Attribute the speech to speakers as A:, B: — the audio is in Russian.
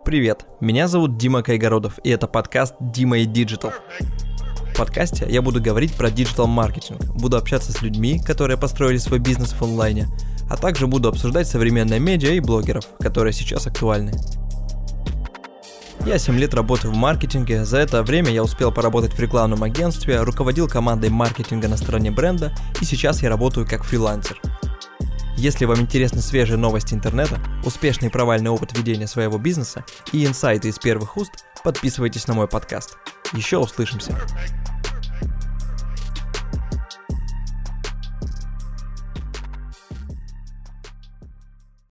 A: Привет, меня зовут Дима Кайгородов, и это подкаст «Дима и Digital». В подкасте я буду говорить про диджитал-маркетинг, буду общаться с людьми, которые построили свой бизнес в онлайне, а также буду обсуждать современные медиа и блогеров, которые сейчас актуальны. Я 7 лет работаю в маркетинге, за это время я успел поработать в рекламном агентстве, руководил командой маркетинга на стороне бренда, и сейчас я работаю как фрилансер. Если вам интересны свежие новости интернета, успешный и провальный опыт ведения своего бизнеса и инсайты из первых уст, подписывайтесь на мой подкаст. Еще услышимся!